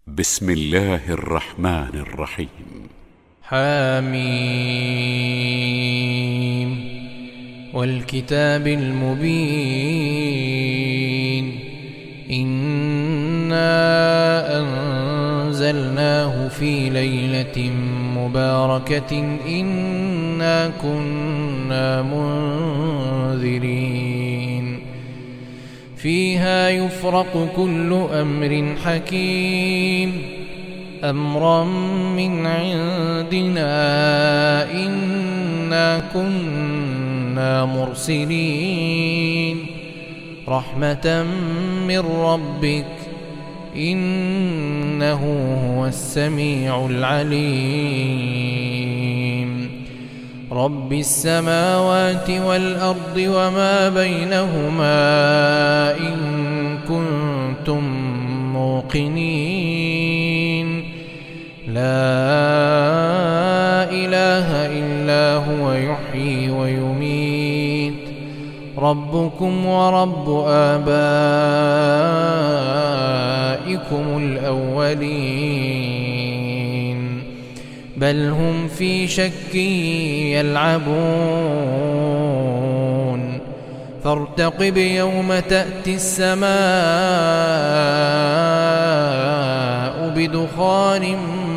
بسم الله الرحمن الرحيم. حميم والكتاب المبين إنا أنزلناه في ليلة مباركة إنا كنا منذرين فيها يفرق كل أمر حكيم أمرا من عندنا إنا كنا مرسلين رحمة من ربك إنه هو السميع العليم رب السماوات والأرض وما بينهما إن كنتم موقنين لا إله إلا هو يحيي ويميت ربكم ورب آبائكم الأولين بل هم في شك يلعبون فارتقب يوم تأتي السماء بدخان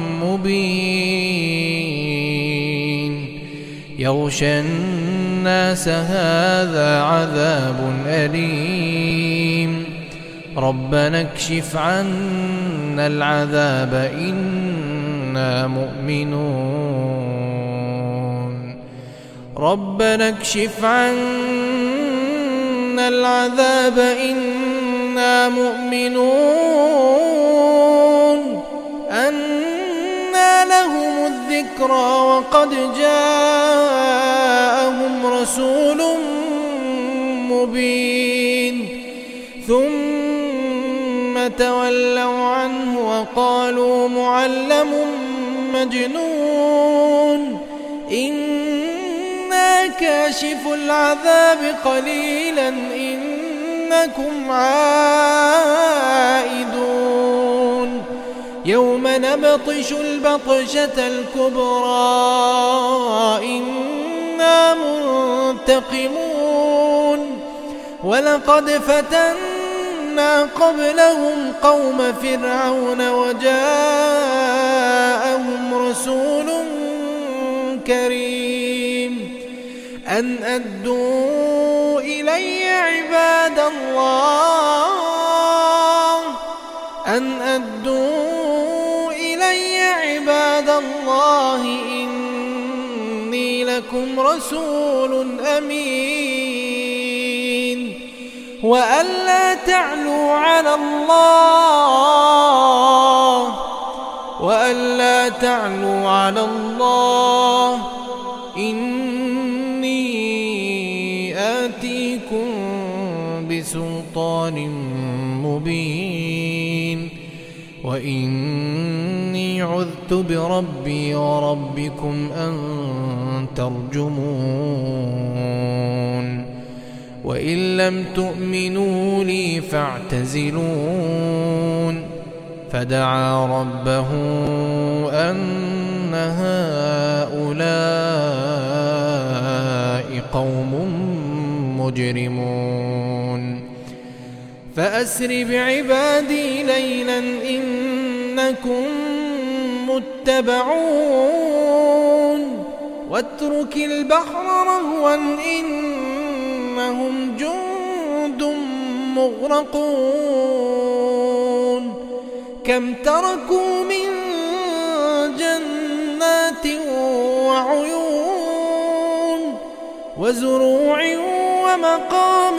مبين يغشى الناس هذا عذاب أليم ربنا اكشف عنا العذاب إنا مؤمنون ربنا اكشف عنا العذاب إنا مؤمنون أنى لهم الذكرى وقد جاءهم رسول مبين ثم تولوا عنه وقالوا معلم مجنون إنا كاشف العذاب قليلا إنكم عائدون يوم نبطش البطشة الكبرى إنا منتقمون ولقد فتنا قبلهم قوم فرعون وجاءهم رسول كريم أن أدوا إلي عباد الله إني لكم رسول أمين وألا تعلوا على الله إني آتيكم بسلطان مبين وإني عذت بربي وربكم أن ترجمون وإن لم تؤمنوا لي فاعتزلون فدعا ربه أن هؤلاء قوم مجرمون فأسر بعبادي ليلا إنكم متبعون واترك البحر رهوا إنهم جند مغرقون كم تركوا من جنات وعيون وزروع ومقام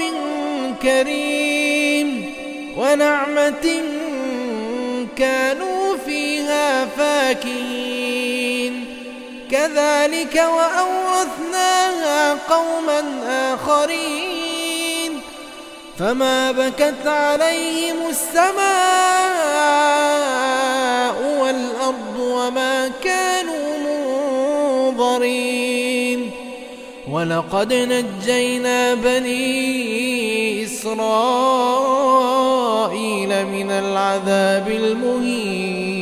كريم ونعمة كانوا فيها فاكهين كذلك وأورثناها قوما آخرين فما بكت عليهم السماء والأرض وما كانوا منظرين ولقد نجينا بني إسرائيل من العذاب المهين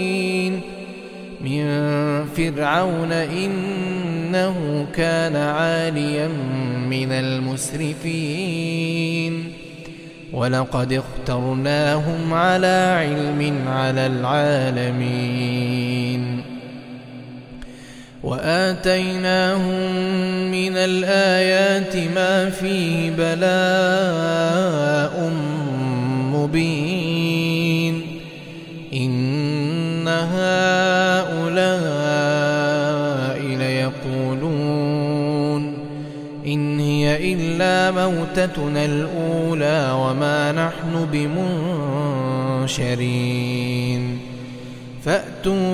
فرعون إنه كان عاليا من المسرفين ولقد اخترناهم على علم على العالمين وآتيناهم من الآيات ما فيه بلاء مبين إن هؤلاء ليقولون إن هي إلا موتتنا الأولى وما نحن بمنشرين فأتوا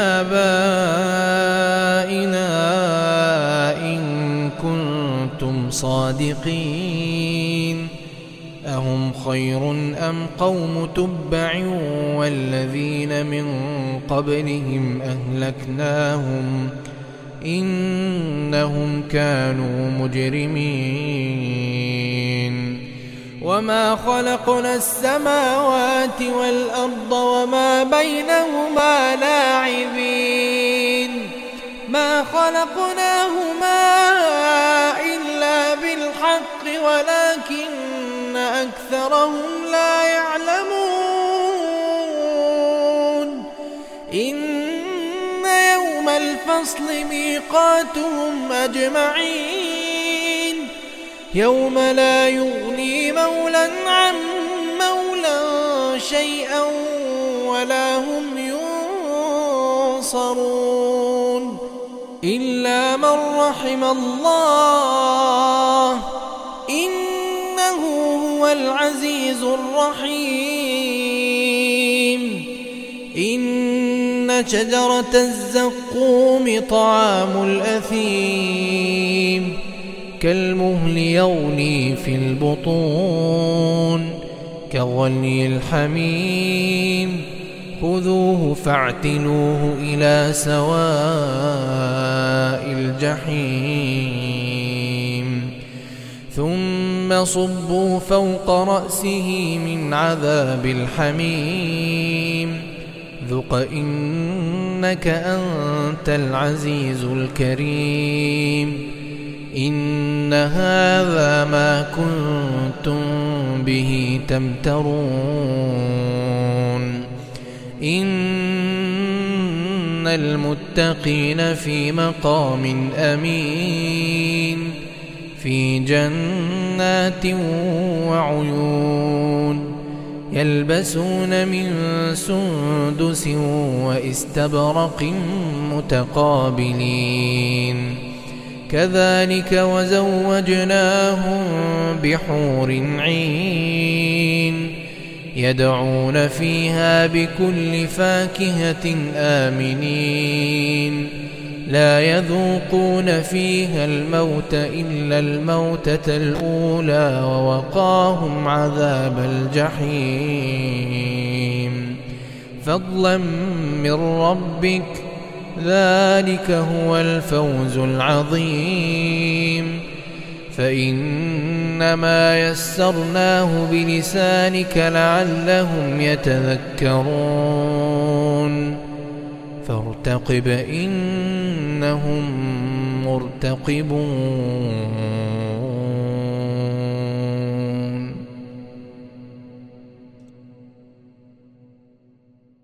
بآبائنا إن كنتم صادقين أهم خير أم قوم تبع والذين من قبلهم أهلكناهم إنهم كانوا مجرمين وما خلقنا السماوات والأرض وما بينهما لاعبين ما خلقناهما إلا بالحق ولكن أكثرهم لا يعلمون إن يوم الفصل ميقاتهم أجمعين يوم لا يغني مولى عن مولى شيئا ولا هم ينصرون إلا من رحم الله إنه هو العزيز الرحيم إن شجرة الزقوم طعام الأثيم كالمهل يغلي في البطون كغلي الحميم خذوه فاعتلوه إلى سواء الجحيم ثم صبوا فوق رأسه من عذاب الحميم ذق إنك أنت العزيز الكريم إن هذا ما كنتم به تمترون إن المتقين في مقام أمين في جنات وعيون يلبسون من سندس وإستبرق متقابلين كذلك وزوجناهم بحور عين يدعون فيها بكل فاكهة آمنين لا يذوقون فيها الموت إلا الموتة الأولى ووقاهم عذاب الجحيم فضلا من ربك ذلك هو الفوز العظيم فإنما يسرناه بلسانك لعلهم يتذكرون فارتقب إنهم مرتقبون